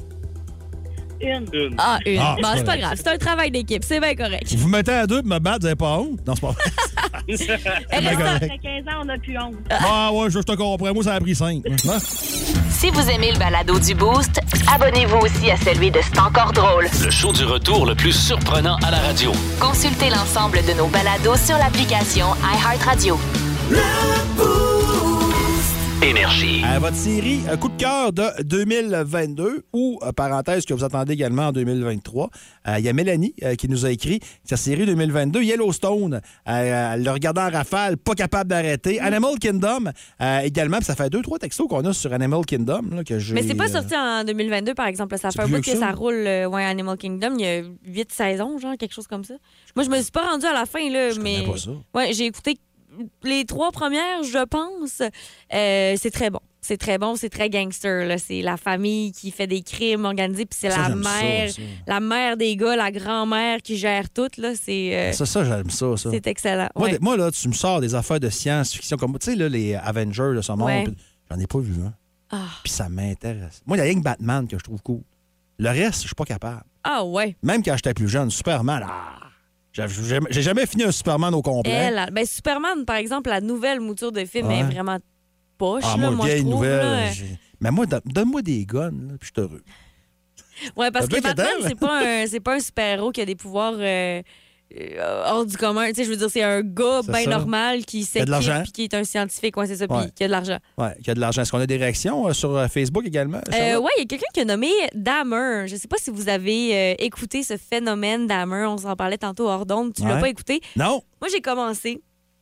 Une. Une. Ah, une. Ah, bon, c'est c'est pas correct. grave. C'est un travail d'équipe. C'est bien correct. Vous vous mettez à deux pour me battre, vous avez pas honte? Non, c'est pas vrai. Eh, C'est bien reste- correct. Après quinze ans, on n'a plus honte. Ah ouais, je je te comprends. Moi, ça a pris cinq. Hein? Si vous aimez le balado du Boost, abonnez-vous aussi à celui de C'est encore drôle. Le show du retour le plus surprenant à la radio. Consultez l'ensemble de nos balados sur l'application iHeartRadio. Énergie. À votre série euh, coup de cœur de deux mille vingt-deux ou, euh, parenthèse, que vous attendez également en deux mille vingt-trois, il euh, y a Mélanie euh, qui nous a écrit sa série deux mille vingt-deux, Yellowstone. Euh, elle le regardait en rafale, pas capable d'arrêter. Animal Kingdom euh, également. Puis ça fait deux, trois textos qu'on a sur Animal Kingdom. Là, que j'ai, Mais c'est pas euh... sorti en deux mille vingt-deux, par exemple. Ça fait un bout que ça, ça roule, euh, ouais, Animal Kingdom. Il y a huit saisons, genre, quelque chose comme ça. Moi, je me suis pas rendue à la fin, là, je mais. Pas ça. Ouais, j'ai écouté les trois premières, je pense. Euh, c'est très bon. C'est très bon, c'est très gangster. Là. C'est la famille qui fait des crimes organisés, puis c'est ça, la mère, ça, ça. la mère des gars, la grand-mère qui gère tout. Là. C'est, euh, ça, ça, j'aime ça. ça. C'est excellent. Moi, ouais. moi, là, tu me sors des affaires de science-fiction comme, tu sais, là, les Avengers de ce monde. Ouais. J'en ai pas vu, hein. Ah. Puis ça m'intéresse. Moi, il y a rien que Batman que je trouve cool. Le reste, je suis pas capable. Ah ouais. Même quand j'étais plus jeune, Superman, ah, j'ai, j'ai jamais fini un Superman au complet. Elle, ben, Superman, par exemple, la nouvelle mouture de film ouais. est vraiment poche. Ah, là, moi, moi vieille je trouve, nouvelle. là. Mais moi, donne-moi des guns, là, puis je suis heureux. Ouais, parce que Batman, c'est pas, un, c'est pas un super-héros qui a des pouvoirs euh, euh, hors du commun. Tu sais, je veux dire, c'est un gars bien normal qui s'équipe et qui est un scientifique. Ouais, c'est ça, puis ouais. qui a de l'argent. Ouais, qui a de l'argent. Est-ce qu'on a des réactions euh, sur Facebook également? Euh, oui, il y a quelqu'un qui a nommé Dahmer. Je sais pas si vous avez euh, écouté ce phénomène Dahmer. On s'en parlait tantôt hors d'onde. Tu ouais. l'as pas écouté? Non. Moi, j'ai commencé.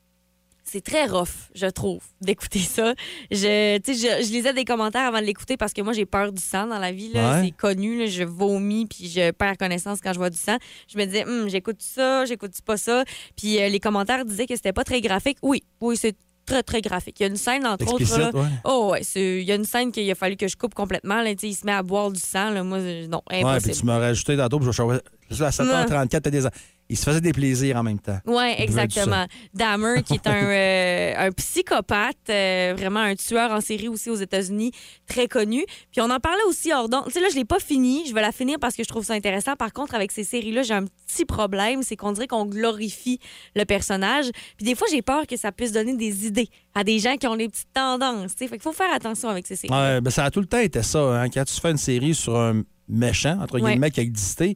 C'est très rough, je trouve, d'écouter ça. Je, je, je lisais des commentaires avant de l'écouter parce que moi, j'ai peur du sang dans la vie. Là. Ouais. C'est connu. Là, je vomis puis je perds connaissance quand je vois du sang. Je me disais, hm, j'écoute ça, j'écoute pas ça. Puis euh, les commentaires disaient que c'était pas très graphique. Oui, oui, c'est très, très graphique. Il y a une scène, entre Explicite, autres. Là, ouais. Oh, ouais. Il y a une scène qu'il a fallu que je coupe complètement. Là, il se met à boire du sang. Là, moi, non, impossible. Ouais, puis tu m'as rajouté tantôt, puis je vais à sept heures trente-quatre, t'as des... Il se faisait des plaisirs en même temps. Oui, exactement. Dahmer, qui est un, euh, un psychopathe, euh, vraiment un tueur en série aussi aux États-Unis, très connu. Puis on en parlait aussi hors d'onde. Tu sais, là, je l'ai pas fini. Je vais la finir parce que je trouve ça intéressant. Par contre, avec ces séries-là, j'ai un petit problème. C'est qu'on dirait qu'on glorifie le personnage. Puis des fois, j'ai peur que ça puisse donner des idées à des gens qui ont des petites tendances. Fait qu'il faut faire attention avec ces séries. Ouais, ben, ça a tout le temps été ça. Hein? Quand tu fais une série sur un méchant, entre guillemets, ouais. qui a existé...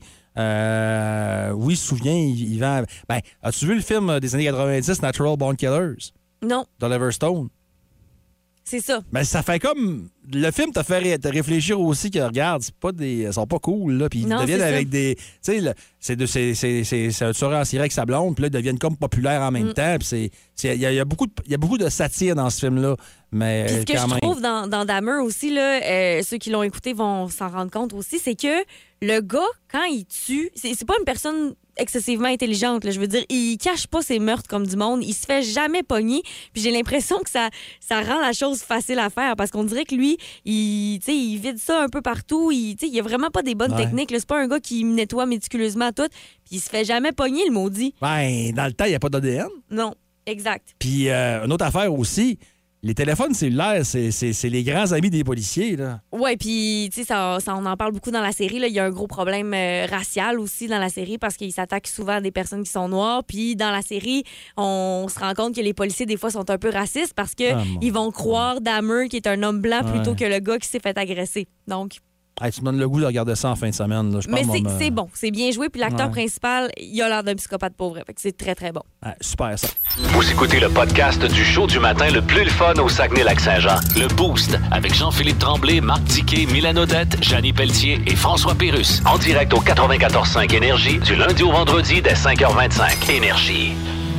Euh, oui, souviens, il, il vend. Ben, as-tu vu le film des années quatre-vingt-dix, Natural Born Killers? Non. D'Oliver Stone? C'est ça. Ben, ça fait comme. Le film t'a fait ré... te réfléchir aussi que, regarde, c'est pas des... ils sont pas cool, là. Puis ils non, deviennent avec ça. des. Tu sais, le... c'est, de... c'est, c'est, c'est... c'est un tueur en série avec sa blonde, puis là, ils deviennent comme populaires en même mm. temps. Puis c'est. Il y, y, a beaucoup de... y a beaucoup de satire dans ce film-là. Mais puis ce que quand je même... trouve dans, dans Dahmer aussi, là, euh, ceux qui l'ont écouté vont s'en rendre compte aussi, c'est que le gars, quand il tue, c'est, c'est pas une personne excessivement intelligente. Là. Je veux dire, il cache pas ses meurtres comme du monde. Il se fait jamais pogner. Puis j'ai l'impression que ça, ça rend la chose facile à faire parce qu'on dirait que lui, il, il vide ça un peu partout. Il, il a vraiment pas des bonnes ouais. techniques. Là. C'est pas un gars qui nettoie méticuleusement tout. Puis il se fait jamais pogner, le maudit. Ben, dans le temps, il n'y a pas d'A D N. Non, exact. Puis euh, une autre affaire aussi, les téléphones cellulaires, c'est, c'est, c'est les grands amis des policiers, là. Oui, puis, tu sais, ça, ça, on en parle beaucoup dans la série. Là. Il y a un gros problème euh, racial aussi dans la série parce qu'ils s'attaquent souvent à des personnes qui sont noires. Puis, dans la série, on se rend compte que les policiers, des fois, sont un peu racistes parce qu'ils ah, vont croire Dahmer qui est un homme blanc ouais. plutôt que le gars qui s'est fait agresser. Donc... Hey, tu me donnes le goût de regarder ça en fin de semaine. Là. Je Mais c'est, me... c'est bon, c'est bien joué. Puis l'acteur ouais. principal, il a l'air d'un psychopathe pauvre. Fait que c'est très, très bon. Ouais, super, ça. Vous écoutez le podcast du show du matin le plus le fun au Saguenay-Lac-Saint-Jean. Le Boost, avec Jean-Philippe Tremblay, Marc Tiquet, Milan Odette, Janie Pelletier et François Pérusse. En direct au quatre-vingt-quatorze cinq Énergie, du lundi au vendredi dès cinq heures vingt-cinq. Énergie.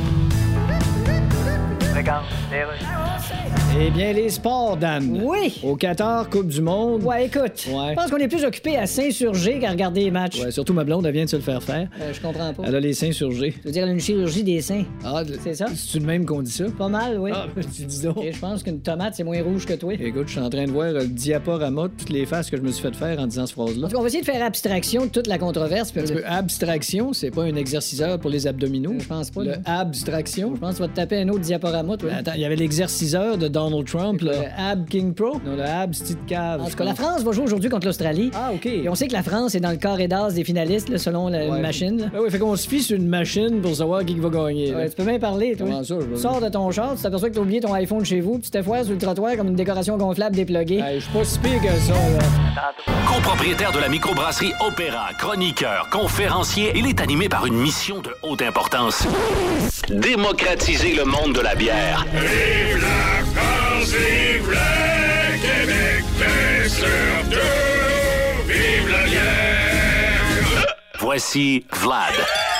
Regarde, les rues. Eh bien, les sports, Dan. Oui. Au Qatar, Coupe du Monde. Ouais, écoute. Ouais. Je pense qu'on est plus occupé à s'insurger qu'à regarder les matchs. Ouais, surtout ma blonde, elle vient de se le faire faire. Euh, je comprends pas. Elle a les seins surgés. Tu veux dire, elle a une chirurgie des seins. Ah, c'est ça? C'est-tu de même qu'on dit ça? Pas mal, oui. Ah, tu dis donc. Et je pense qu'une tomate, c'est moins rouge que toi. Écoute, je suis en train de voir le diaporama de toutes les faces que je me suis fait faire en disant cette phrase-là. En tout cas, on va essayer de faire abstraction de toute la controverse. Puis le... Abstraction, c'est pas un exerciceur pour les abdominaux? Euh, je pense pas. Le là. abstraction? Je pense que tu vas te taper un autre diaporama, toi. Attends, il y avait l'exerciceur de Donald Trump, là. Le Ab King Pro? Non, le Ab Steve Cave. En tout cas, la France va jouer aujourd'hui contre l'Australie. Ah, OK. Et on sait que la France est dans le carré d'as des finalistes, là, selon la ouais. machine. Là. Ben oui, fait qu'on se fie sur une machine pour savoir qui va gagner. Ouais, tu peux bien parler, toi. Comment ça, je veux... Sors de ton char, tu t'aperçois que t'as oublié ton iPhone chez vous, puis tu te foires sur le trottoir comme une décoration gonflable dépluguée. Hey, je suis pas si pire que ça, là. Copropriétaire de la microbrasserie Opéra, chroniqueur, conférencier, il est animé par une mission de haute importance. Démocratiser le monde de la bière. Vive la vive le Québec, mais surtout, vive la bière! Voici Vlad.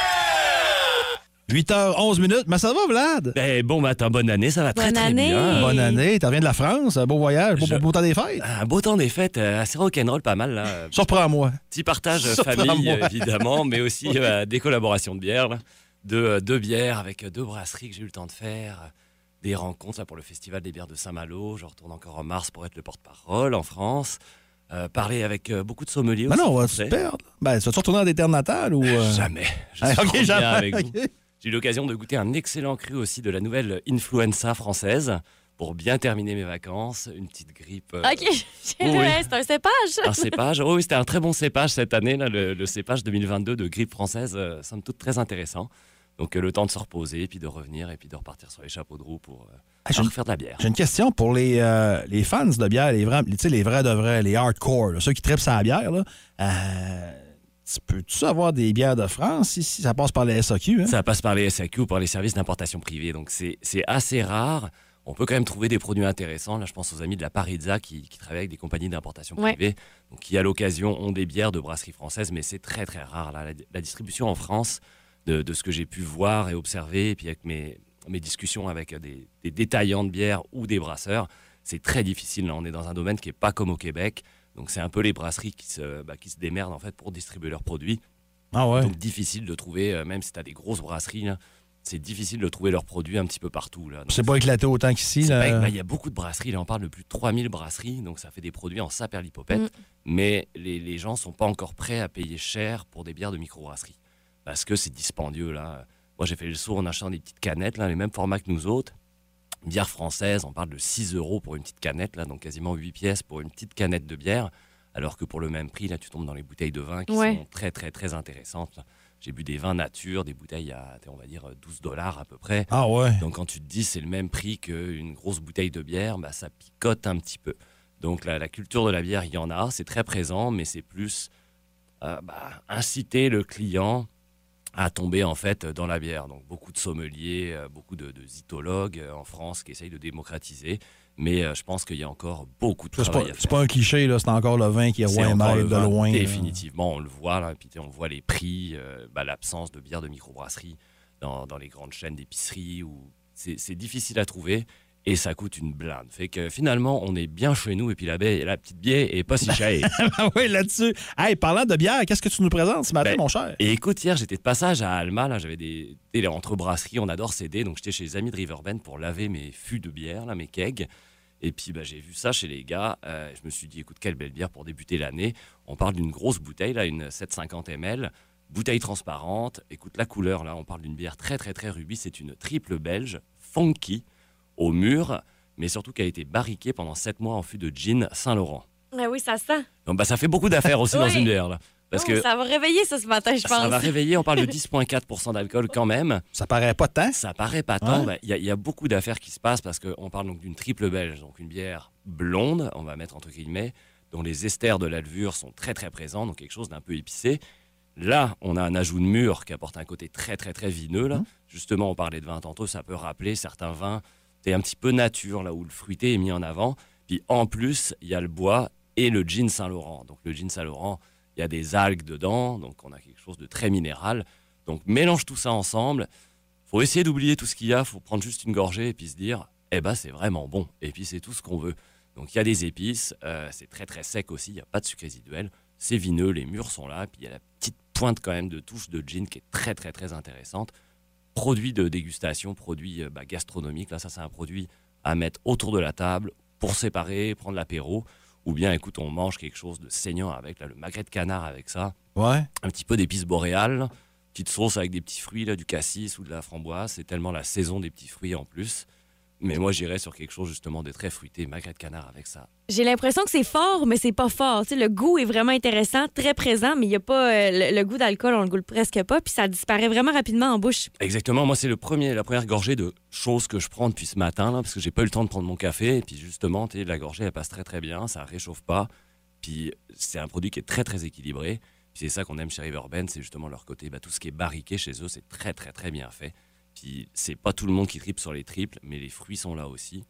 huit heures onze minutes. Mais ça va, Vlad? Ben, bon matin, bonne année, ça va très Bonne très année. bien. Bonne année. Tu reviens de la France. Un beau voyage. Beau, Je- beau temps des fêtes. Un beau temps des fêtes, euh, assez rock'n'roll, pas mal là. Surprends-moi. Petit partage euh, Surprends-moi. famille, euh, évidemment, mais aussi euh, des collaborations de bières. Là. Deux, euh, deux bières avec euh, deux brasseries que j'ai eu le temps de faire. euh, Des rencontres là, pour le Festival des bières de Saint-Malo. Je retourne encore en mars pour être le porte-parole en France. Euh, parler avec euh, beaucoup de sommeliers Mais aussi. non, on va français. se perdre. Ben, tu vas-tu retourner dans des terres natales ou. euh? Jamais. Je Ah, suis ok, trop bien jamais. avec vous. Ok. J'ai eu l'occasion de goûter un excellent cru aussi de la nouvelle Influenza française pour bien terminer mes vacances. Une petite grippe. euh, OK. J'ai oui, le oui. c'est un cépage. Un cépage. Oh oui, c'était un très bon cépage cette année, là, le, le cépage deux mille vingt-deux de grippe française, euh, somme toute très intéressant. Donc euh, le temps de se reposer, puis de revenir, et puis de repartir sur les chapeaux de roue pour euh, Ah, j'ai- faire de la bière. J'ai une question pour les, euh, les fans de bière, les vrais, tu sais, les vrais de vrais, les hardcore, là, ceux qui trippent sur la bière. Là. Euh, tu peux-tu avoir des bières de France ici? Ça passe par les S A Q, hein? Ça passe par les S A Q ou par les services d'importation privée, donc c'est c'est assez rare. On peut quand même trouver des produits intéressants. Là, je pense aux amis de la Parizza qui, qui travaillent avec des compagnies d'importation Ouais. privée, donc qui à l'occasion ont des bières de brasserie française, mais c'est très très rare. Là. La, la distribution en France, de, de ce que j'ai pu voir et observer, et puis avec mes, mes discussions avec des, des détaillants de bière ou des brasseurs, c'est très difficile. Là. On est dans un domaine qui n'est pas comme au Québec, donc c'est un peu les brasseries qui se, bah, qui se démerdent en fait pour distribuer leurs produits. Ah ouais. Donc difficile de trouver, euh, même si tu as des grosses brasseries, là, c'est difficile de trouver leurs produits un petit peu partout. Là. Donc, C'est pas éclaté autant qu'ici. c'est là. pas- bah, il y a beaucoup de brasseries, là on parle de plus de trois mille brasseries, donc ça fait des produits en saperlipopette, Mm. mais les, les gens sont pas encore prêts à payer cher pour des bières de microbrasserie, parce que c'est dispendieux. Là. Moi j'ai fait le saut en achetant des petites canettes, là, les mêmes formats que nous autres. Bière française, on parle de six euros pour une petite canette, là, donc quasiment huit pièces pour une petite canette de bière, alors que pour le même prix, là, tu tombes dans les bouteilles de vin qui Ouais. sont très, très, très intéressantes. Là. J'ai bu des vins nature, des bouteilles à, on va dire, douze dollars à peu près. Ah ouais. Donc quand tu te dis c'est le même prix qu'une grosse bouteille de bière, bah, ça picote un petit peu. Donc la, la culture de la bière, il y en a, c'est très présent, mais c'est plus euh, bah, inciter le client à tomber en fait dans la bière. Donc beaucoup de sommeliers, euh, beaucoup de, de zytologues euh, en France qui essayent de démocratiser, mais euh, je pense qu'il y a encore beaucoup de C'est travail pas, à c'est faire. pas un cliché, là. C'est encore le vin qui est C'est roi et encore le maître de vin, loin. là. Définitivement, on le voit là, puis on voit les prix, euh, bah, l'absence de bière de microbrasserie dans, dans les grandes chaînes d'épicerie. Où c'est, c'est difficile à trouver et ça coûte une blinde. Fait que finalement, on est bien chez nous et puis la, baie, la petite bière est pas si chère. Ah oui, là-dessus. Hey, parlant de bière, qu'est-ce que tu nous présentes ce matin, Ben, mon cher? Et écoute, hier, j'étais de passage à Alma. Là, j'avais des, des entre brasseries, on adore s'aider. Donc, j'étais chez les amis de Riverbend pour laver mes fûts de bière, là, mes kegs. Et puis, bah, j'ai vu ça chez les gars. Euh, je me suis dit, écoute, quelle belle bière pour débuter l'année. On parle d'une grosse bouteille, là, une sept cent cinquante millilitres. Bouteille transparente. Écoute, la couleur, là, on parle d'une bière très, très, très rubis. C'est une triple belge, funky, au mur, mais surtout qui a été barriquée pendant sept mois en fût de gin Saint-Laurent. Ah oui, ça sent. Donc, bah, ça fait beaucoup d'affaires aussi dans Oui. une bière, là. Parce Oh, que ça va réveiller ça ce matin, je pense. ça va réveiller, on parle de dix virgule quatre pour cent d'alcool quand même. Ça paraît pas tant. Ça paraît pas tant. Ouais. Ben, Il y, a- il y a beaucoup d'affaires qui se passent parce qu'on parle donc d'une triple belge, donc une bière blonde, on va mettre entre guillemets, dont les esters de la levure sont très très présents, donc quelque chose d'un peu épicé. Là, on a un ajout de mûr qui apporte un côté très très très vineux. Là. Mmh. Justement, on parlait de vin tantôt, ça peut rappeler certains vins, c'est un petit peu nature, là où le fruité est mis en avant. Puis en plus, il y a le bois et le gin Saint-Laurent. Donc le gin Saint-Laurent, il y a des algues dedans, donc on a quelque chose de très minéral. Donc mélange tout ça ensemble. Faut essayer d'oublier tout ce qu'il y a, faut prendre juste une gorgée et puis se dire, eh ben c'est vraiment bon. Et puis c'est tout ce qu'on veut. Donc il y a des épices, euh, c'est très très sec aussi, il n'y a pas de sucre résiduel, c'est vineux, les mûrs sont là, puis il y a la petite pointe quand même de touche de gin qui est très très très intéressante. Produit de dégustation, produit euh, bah, gastronomique, là ça c'est un produit à mettre autour de la table pour séparer, prendre l'apéro, ou bien écoute on mange quelque chose de saignant avec là, le magret de canard avec ça, Ouais. un petit peu d'épices boréales, petite sauce avec des petits fruits, là, du cassis ou de la framboise, c'est tellement la saison des petits fruits en plus. Mais moi, j'irais sur quelque chose justement de très fruité, magret de canard avec ça. J'ai l'impression que c'est fort, mais c'est pas fort. Tu sais, le goût est vraiment intéressant, très présent, mais il y a pas euh, le, le goût d'alcool, on le goûte presque pas, puis ça disparaît vraiment rapidement en bouche. Exactement, moi, c'est le premier, la première gorgée de choses que je prends depuis ce matin, là, parce que j'ai pas eu le temps de prendre mon café. Et puis justement, tu sais, la gorgée, elle passe très très bien, ça réchauffe pas. Puis c'est un produit qui est très très équilibré. Puis c'est ça qu'on aime chez Riverbend, c'est justement leur côté, bah, tout ce qui est barriqué chez eux, c'est très très très bien fait. Puis c'est pas tout le monde qui tripe sur les triples, mais les fruits sont là aussi.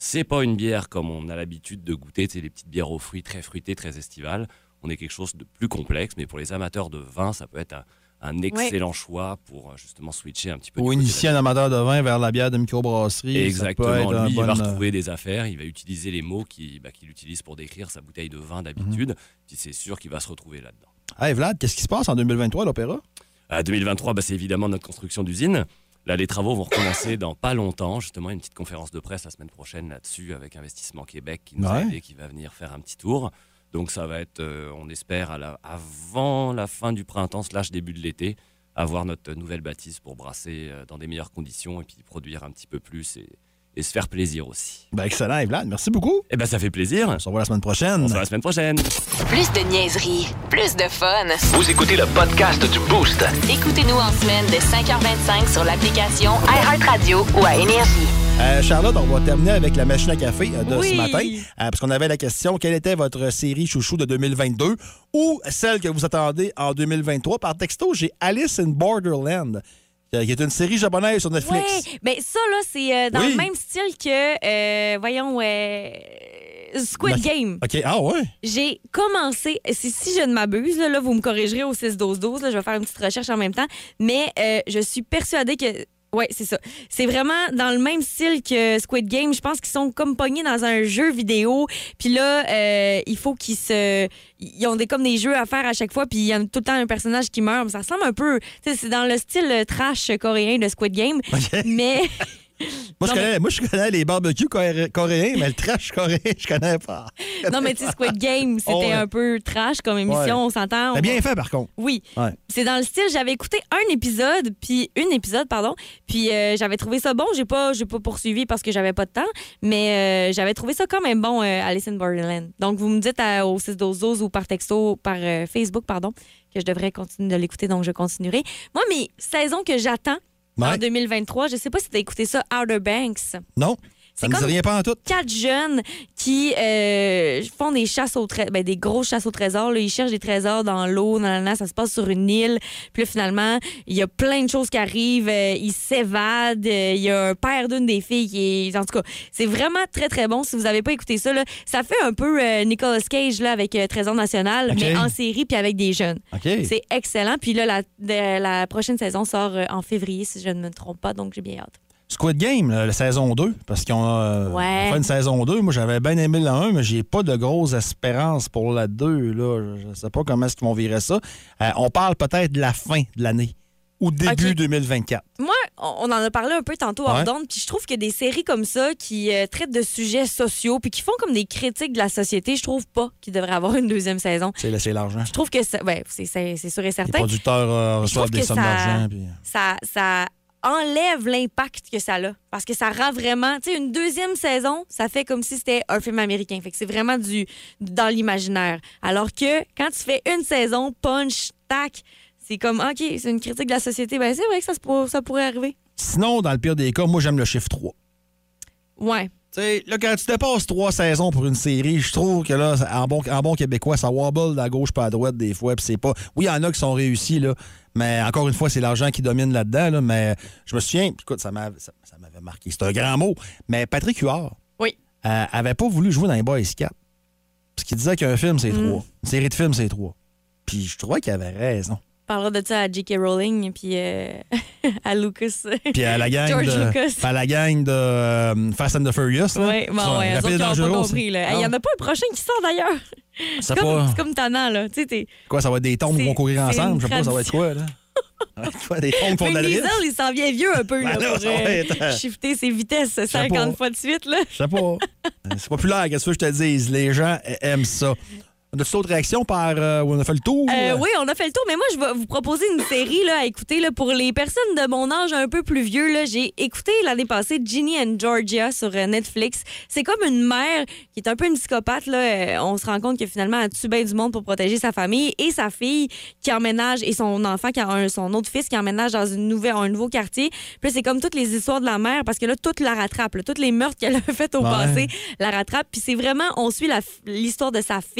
C'est pas une bière comme on a l'habitude de goûter, tu sais, les petites bières aux fruits très fruitées, très estivales. On est quelque chose de plus complexe, mais pour les amateurs de vin, ça peut être un, un excellent ouais. choix pour justement switcher un petit peu. Ou initier un amateur de vin vers la bière de microbrasserie. Exactement. Lui, il bon... va retrouver des affaires, il va utiliser les mots qu'il, bah, qu'il utilise pour décrire sa bouteille de vin d'habitude. Mm-hmm. Puis c'est sûr qu'il va se retrouver là-dedans. Hey Vlad, qu'est-ce qui se passe en deux mille vingt-trois à l'Opéra? À deux mille vingt-trois, bah, c'est évidemment notre construction d'usine. Là, les travaux vont recommencer dans pas longtemps. Justement, une petite conférence de presse la semaine prochaine là-dessus avec Investissement Québec qui nous ouais. a aidés, qui va venir faire un petit tour. Donc ça va être, euh, on espère, à la, avant la fin du printemps slash début de l'été, avoir notre nouvelle bâtisse pour brasser euh, dans des meilleures conditions et puis produire un petit peu plus et, et se faire plaisir aussi. Ben excellent, Vlad. Merci beaucoup. Eh ben ça fait plaisir. On se revoit la semaine prochaine. On se revoit la semaine prochaine. Plus de niaiserie, plus de fun. Vous écoutez le podcast du Boost. Écoutez-nous en semaine de cinq heures vingt-cinq sur l'application iHeartRadio ou à Énergie. Euh, Charlotte, on va terminer avec la machine à café euh, de oui. ce matin, euh, parce qu'on avait la question, quelle était votre série chouchou de deux mille vingt-deux ou celle que vous attendez en deux mille vingt-trois? Par texto, j'ai Alice in Borderland, qui est une série japonaise sur Netflix. Oui, bien ça, là, c'est euh, dans oui. le même style que, euh, voyons, euh, Squid Game. OK, ah ouais? J'ai commencé, si, si je ne m'abuse, là, là, vous me corrigerez au six douze douze, là, je vais faire une petite recherche en même temps, mais euh, je suis persuadée que... Oui, c'est ça. C'est vraiment dans le même style que Squid Game. Je pense qu'ils sont comme pognés dans un jeu vidéo. Puis là, euh, il faut qu'ils se... Ils ont des, comme des jeux à faire à chaque fois. Puis il y a tout le temps un personnage qui meurt. Ça ressemble un peu... C'est dans le style trash coréen de Squid Game. Okay. Mais... Moi, je connais, mais... moi, je connais les barbecues coré- coréens, mais le trash coréen, je connais pas. Non, mais tu sais, Squid Game, c'était oh, ouais. un peu trash comme émission, ouais. on s'entend. On... C'est bien fait, par contre. Oui. Ouais. C'est dans le style, j'avais écouté un épisode, puis une épisode, pardon, puis euh, j'avais trouvé ça bon. J'ai pas, j'ai pas poursuivi parce que j'avais pas de temps, mais euh, j'avais trouvé ça quand même bon, euh, Alice in Borderland. Donc, vous me dites à, au six douze douze ou par texto, par euh, Facebook, pardon, que je devrais continuer de l'écouter, donc je continuerai. Moi, mes saisons que j'attends, ouais. en deux mille vingt-trois, je sais pas si tu as écouté ça, Outer Banks. Non. Ça me dit rien pas en tout. Quatre jeunes qui euh, font des chasses au trésor, ben, des grosses chasses au trésor. Là. Ils cherchent des trésors dans l'eau, nanana, ça se passe sur une île. Puis là, finalement, il y a plein de choses qui arrivent. Euh, ils s'évadent. Euh, il y a un père d'une des filles qui est... En tout cas, c'est vraiment très, très bon. Si vous n'avez pas écouté ça, là, ça fait un peu euh, Nicolas Cage là, avec euh, Trésor National, okay. mais en série puis avec des jeunes. Okay. C'est excellent. Puis là, la, de, la prochaine saison sort euh, en février, si je ne me trompe pas. Donc, j'ai bien hâte. Squid Game, là, la saison deux, parce qu'on a ouais. fait une saison deux. Moi, j'avais bien aimé la un, mais j'ai pas de grosses espérances pour la deux. Là. Je sais pas comment est-ce qu'ils vont virer ça. Euh, on parle peut-être de la fin de l'année ou début okay. deux mille vingt-quatre. Moi, on en a parlé un peu tantôt hors d'onde, puis je trouve que des séries comme ça qui euh, traitent de sujets sociaux puis qui font comme des critiques de la société, je trouve pas qu'il devrait avoir une deuxième saison. C'est laisser l'argent. Je trouve que ça, ouais, c'est, c'est, c'est sûr et certain. Les producteurs euh, reçoivent des sommes ça, d'argent. Puis... Ça... ça enlève l'impact que ça a. Parce que ça rend vraiment... Tu sais, une deuxième saison, ça fait comme si c'était un film américain. Fait que c'est vraiment du dans l'imaginaire. Alors que quand tu fais une saison, punch, tac, c'est comme, OK, c'est une critique de la société. Ben c'est vrai que ça, se, ça pourrait arriver. Sinon, dans le pire des cas, moi, j'aime le chiffre trois. Ouais. Tu sais, là, quand tu dépasses trois saisons pour une série, je trouve que là, en bon, en bon québécois, ça wobble à gauche pas à droite des fois. Puis c'est pas... Oui, il y en a qui sont réussis, là. Mais encore une fois, c'est l'argent qui domine là-dedans. Là, mais je me souviens, écoute, ça m'avait, ça, ça m'avait marqué. C'est un grand mot. Mais Patrick Huard oui. euh, avait pas voulu jouer dans les Boys quatre. Parce qu'il disait qu'un film, c'est mm. trois. Une série de films, c'est trois. Puis je trouvais qu'il avait raison. On parlera de ça à J K. Rowling puis euh, à Lucas. Puis à la gang George de, Lucas. À la gang de euh, Fast and the Furious. Oui, bon, ouais, eux autres, ils n'ont pas compris. Il n'y en a pas un prochain qui sort d'ailleurs. C'est, c'est comme, pas... c'est comme tannant, là. Tu sais, t'es... Quoi, ça va être des tombes qui vont courir ensemble? Je sais pas, ça va être quoi, là? Quoi, des tombes qui font de la drift? Diesel, il s'en vient vieux un peu, là, ben là, pour euh, être... shifter ses vitesses cinquante fois de suite, là. Je sais pas. C'est populaire, qu'est-ce que je te dise? Les gens aiment ça. On a-tu d'autres réactions par euh, où on a fait le tour? Euh, oui, on a fait le tour, mais moi, je vais vous proposer une série là, à écouter là, pour les personnes de mon âge un peu plus vieux. Là. J'ai écouté l'année passée Ginny and Georgia sur euh, Netflix. C'est comme une mère qui est un peu une psychopathe. Là. Euh, on se rend compte que finalement, elle tue bien du monde pour protéger sa famille et sa fille qui emménage et son enfant, qui a un, son autre fils qui emménage dans une nouvelle, un nouveau quartier. Puis là, c'est comme toutes les histoires de la mère parce que là, tout la rattrape. Là. Toutes les meurtres qu'elle a fait au ouais. passé la rattrape. Puis c'est vraiment, on suit la, l'histoire de sa fille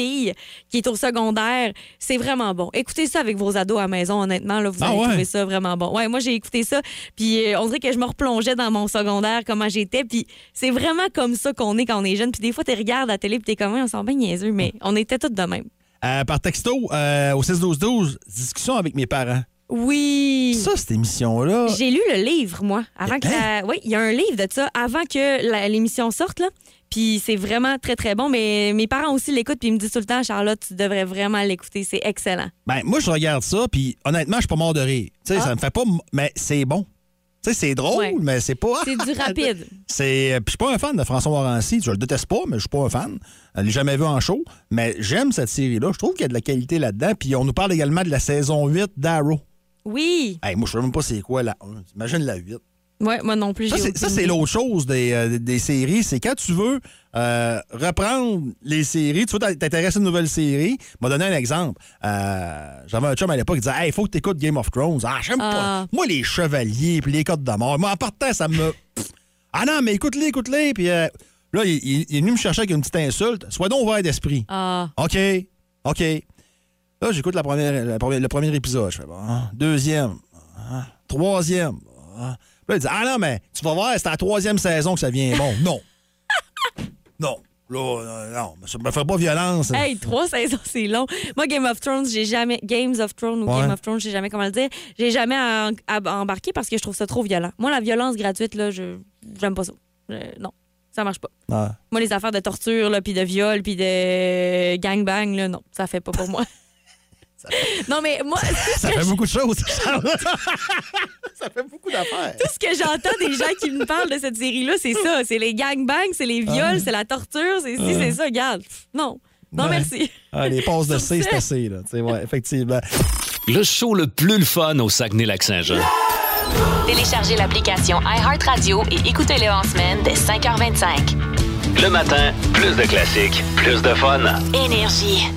qui est au secondaire. C'est vraiment bon. Écoutez ça avec vos ados à la maison, honnêtement. Là, vous Ah allez ouais? trouver ça vraiment bon. Ouais, moi, j'ai écouté ça, puis euh, on dirait que je me replongeais dans mon secondaire, comment j'étais, puis c'est vraiment comme ça qu'on est quand on est jeune. Puis des fois, tu regardes à la télé, puis t'es comme, on s'en bien niaiseux, mais on était tous de même. Euh, par texto, euh, au six douze douze, discussion avec mes parents. Oui. Ça, cette émission-là. J'ai lu le livre, moi. Avant que la... Oui, il y a un livre de ça avant que la- l'émission sorte, là. Puis c'est vraiment très, très bon. Mais mes parents aussi l'écoutent, puis ils me disent tout le temps, Charlotte, tu devrais vraiment l'écouter. C'est excellent. Ben, moi, je regarde ça, puis honnêtement, je suis pas mort de rire. Tu sais, Ah. ça me fait pas. m- Mais c'est bon. Tu sais, c'est drôle, Ouais. mais c'est pas. C'est du rapide. C'est. Puis je suis pas un fan de François Morancy. Je le déteste pas, mais je suis pas un fan. Je l'ai jamais vu en show. Mais j'aime cette série-là. Je trouve qu'il y a de la qualité là-dedans. Puis on nous parle également de la saison huit d'Arrow. Oui. Hey, moi, je sais même pas c'est quoi la un. Imagine la huit. Ouais, moi non plus, Ça, j'ai c'est, aucune ça, c'est idée. l'autre chose des, euh, des séries. C'est quand tu veux euh, reprendre les séries, tu veux t'intéresser à une nouvelle série. Je vais donner un exemple. Euh, j'avais un chum à l'époque qui disait « Hey, il faut que tu écoutes Game of Thrones. » Ah, j'aime Ah. pas. Moi, les chevaliers puis les codes de mort. Moi, en partant, ça me... Pff. Ah non, mais écoute-les, écoute-les. Puis euh, là, il, il- il est venu me chercher avec une petite insulte. « Sois donc ouvert d'esprit. Ah. OK, OK. Là, j'écoute la première, la première- le premier épisode. Je fais bon. Deuxième. Ah, troisième. Ah. Puis là, il dit Ah non, mais tu vas voir, c'est à la troisième saison que ça vient bon. Non. Non. Là, euh, non. Ça me fait pas violence. Hey, trois saisons, c'est long. Moi, Game of Thrones, j'ai jamais. Games of Thrones ou Ouais. Game of Thrones, je sais jamais comment le dire. J'ai jamais en- à- embarqué parce que je trouve ça trop violent. Moi, la violence gratuite, là, je j'aime pas ça. Je- non, ça marche pas. Ah. Moi, les affaires de torture, là, puis de viol, puis de gangbang, là, non, ça fait pas pour moi. Non, mais moi, Ça fait beaucoup de choses. Ça fait beaucoup d'affaires. tout ce que j'entends des gens qui me parlent de cette série-là, c'est ça. C'est les gangbangs, c'est les viols, c'est la torture, c'est si, c'est ça. Regarde. Non. Non, Ouais. merci. Ah, les passes de C, Sur c'est ce- assez. Là. Tu sais, ouais, effectivement. Le show le plus le fun au Saguenay-Lac-Saint-Jean. Téléchargez l'application iHeartRadio et écoutez-le en semaine dès cinq heures vingt-cinq. Le matin, plus de classiques, plus de fun. Énergie.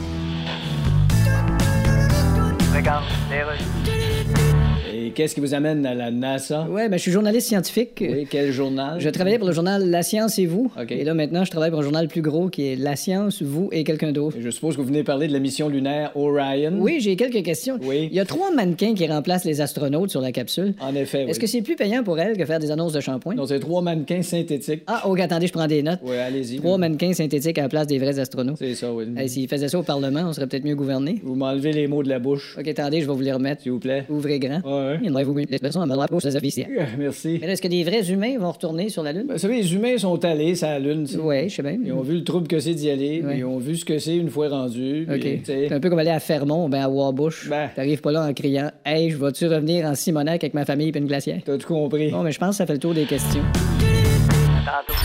Regarde, les Russes. Et qu'est-ce qui vous amène à la NASA? Ouais, ben, je suis journaliste scientifique. Oui, quel journal? Je travaillais pour le journal La Science et vous. OK. Et là, maintenant, je travaille pour un journal plus gros qui est La Science, vous et quelqu'un d'autre. Je suppose que vous venez parler de la mission lunaire Orion. Oui, j'ai quelques questions. Oui. Il y a trois mannequins qui remplacent les astronautes sur la capsule. En effet, oui. Est-ce que c'est plus payant pour elles que faire des annonces de shampoing? Non, c'est trois mannequins synthétiques. Ah, OK, attendez, je prends des notes. Oui, allez-y. Trois mannequins synthétiques à la place des vrais astronautes. C'est ça, oui. Hey, s'ils faisaient ça au Parlement, on serait peut-être mieux gouverné. Vous m'enlevez les mots de la bouche, OK, attendez, je vais vous les remettre. s'il vous plaît. Ouvrez grand. Ouais. Il vous l'expression à ma droite, c'est officiel. Euh, Merci. Mais là, est-ce que des vrais humains vont retourner sur la Lune? Ben, vous savez, les humains sont allés sur la Lune. tu sais. Oui, je sais bien. Ils ont vu le trouble que c'est d'y aller. Ouais. Ils ont vu ce que c'est une fois rendu. puis, OK. tu sais. C'est un peu comme aller à Fermont, ben à Warbush. Ben. T'arrives pas là en criant « Hey, je vais-tu revenir en Simonac avec ma famille et une glacière? T'as tout compris. » Bon, mais je pense que ça fait le tour des questions. Tantôt.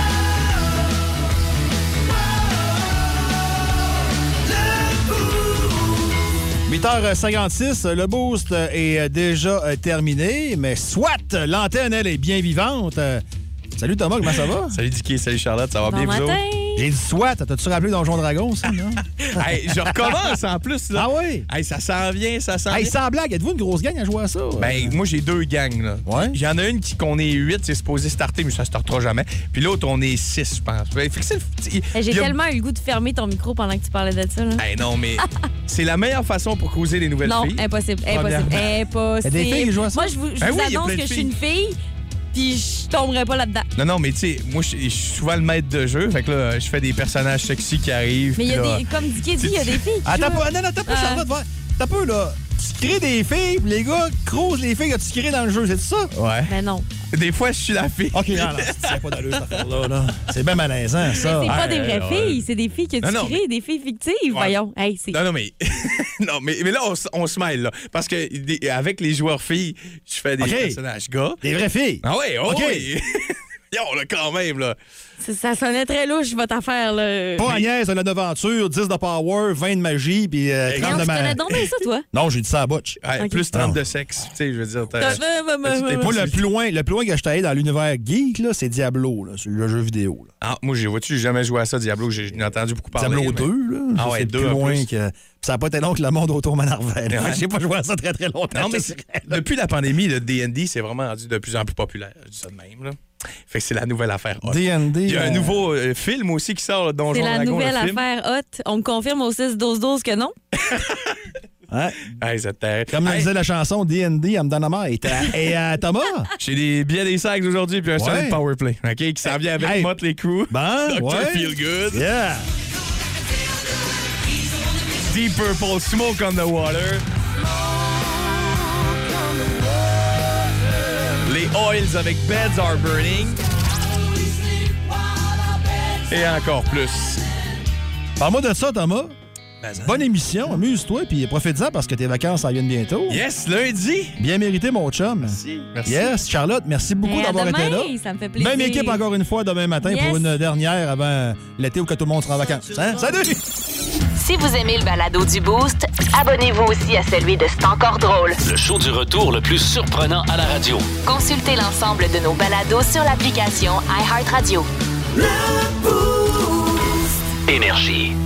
huit heures cinquante-six, le boost est déjà euh, terminé, mais soit l'antenne, elle, est bien vivante. Euh, Salut Thomas, comment ça va? Salut Dicky, salut Charlotte, ça va Bon bien vous matin. autres? J'ai dit soit, t'as-tu rappelé Donjon Dragon, ça, non? Hey, je recommence en plus, là. Ah oui? Hey, ça s'en vient, ça s'en Hey, vient. sans blague, êtes-vous une grosse gang à jouer à ça? Ben, moi, j'ai deux gangs, là. Ouais? Il y en a une qui, qu'on est huit, c'est supposé starter, mais ça startera jamais. Puis l'autre, on est six, je pense. Fait que c'est le- il- Hey, J'ai il y a- tellement eu le goût de fermer ton micro pendant que tu parlais de ça. Là. Hey, non, mais c'est la meilleure façon pour causer des nouvelles Non, filles. impossible, impossible, Premièrement. impossible. Il y a des filles qui jouent à ça? Moi, je vous, je Ben vous oui, il y a annonce plein de que je suis filles. une fille, puis je tomberai pas là-dedans. Non, non, mais tu sais, moi, je je suis souvent le maître de jeu. Fait que là, je fais des personnages sexy qui arrivent. Mais il y a puis là- des, comme Dicky dit, il y a des filles qui Ah, t'as jouent. pas, non, non, t'as pas, Ah. Charlotte, va. T'as pas, là. Tu crées des filles, puis les gars croisent les filles que tu crées dans le jeu, c'est ça? Ouais. Mais non. Des fois, je suis la fille. OK, non, non, c'est pas d'allure, cette affaire-là, là. C'est bien malaisant, ça. C'est pas Ouais, des vraies ouais. filles, c'est des filles que tu Non, non, crées, des filles fictives, Ouais. voyons. Hey, c'est... Non, non, mais. non, mais, mais là, on, s- on se mêle, là. Parce que des- avec les joueurs filles, je fais des OK. personnages gars. Des vraies filles. Ah ouais, oh, OK. oui. Yo, là, quand même, là. Ça, ça sonnait très louche, votre affaire, là. Pas Agnès, un d'aventure, dix de power, vingt de magie, puis euh, Non, trente de tu connais ma... donc bien ça, toi? Non, j'ai dit ça à Butch. Ouais, OK. Plus trente Non. de sexe. Tu sais, je veux dire. t'as- T'as fait- bah, bah, tu- bah, t'es bah. Moi, le plus loin, le plus loin que je suis allé dans l'univers geek, là, c'est Diablo, là, c'est le jeu vidéo. Là. Ah, moi, j'ai vois-tu, j'ai jamais joué à ça, Diablo. J'ai j'en ai entendu beaucoup parler. Diablo mais- deux, là. Ah ça, ouais, c'est deux plus en loin plus. que... Puis ça n'a pas été long que le monde autour m'en revenait. Ouais. J'ai pas joué à ça très, très longtemps. Non, mais je te dirais, là. depuis la pandémie, le D and D, c'est vraiment rendu de plus en plus populaire. Je dis ça de même, là. Fait que c'est la nouvelle affaire hot. D and D. Il y a euh... un nouveau euh, film aussi qui sort, le Donjon C'est la Dragon, nouvelle le film. affaire hot. On me confirme au six douze douze que non. Ouais. Hey, c'est terrible. Comme le Hey, disait la chanson D and D, elle me donne la main. Et, et euh, Thomas? j'ai des billets des sacs aujourd'hui puis un Ouais. solide powerplay. OK, qui s'en vient avec Hey. Motley Crue. Bon, docteur ouais. Feelgood. Yeah. Deep Purple, Smoke on the Water. Les Oils avec Beds Are Burning. Et encore plus. Parle-moi de ça, Thomas. Bonne émission, amuse-toi, puis profite-en parce que tes vacances s'en viennent bientôt. Yes, lundi. Bien mérité, mon chum. Merci. Merci. Yes, Charlotte, merci beaucoup Et à d'avoir demain, été là. ça me fait plaisir. Même équipe encore une fois demain matin Yes. pour une dernière avant l'été où que tout le monde sera en vacances. Hein? Salut! Si vous aimez le balado du Boost, abonnez-vous aussi à celui de C'est encore drôle. Le show du retour le plus surprenant à la radio. Consultez l'ensemble de nos balados sur l'application iHeartRadio. Énergie.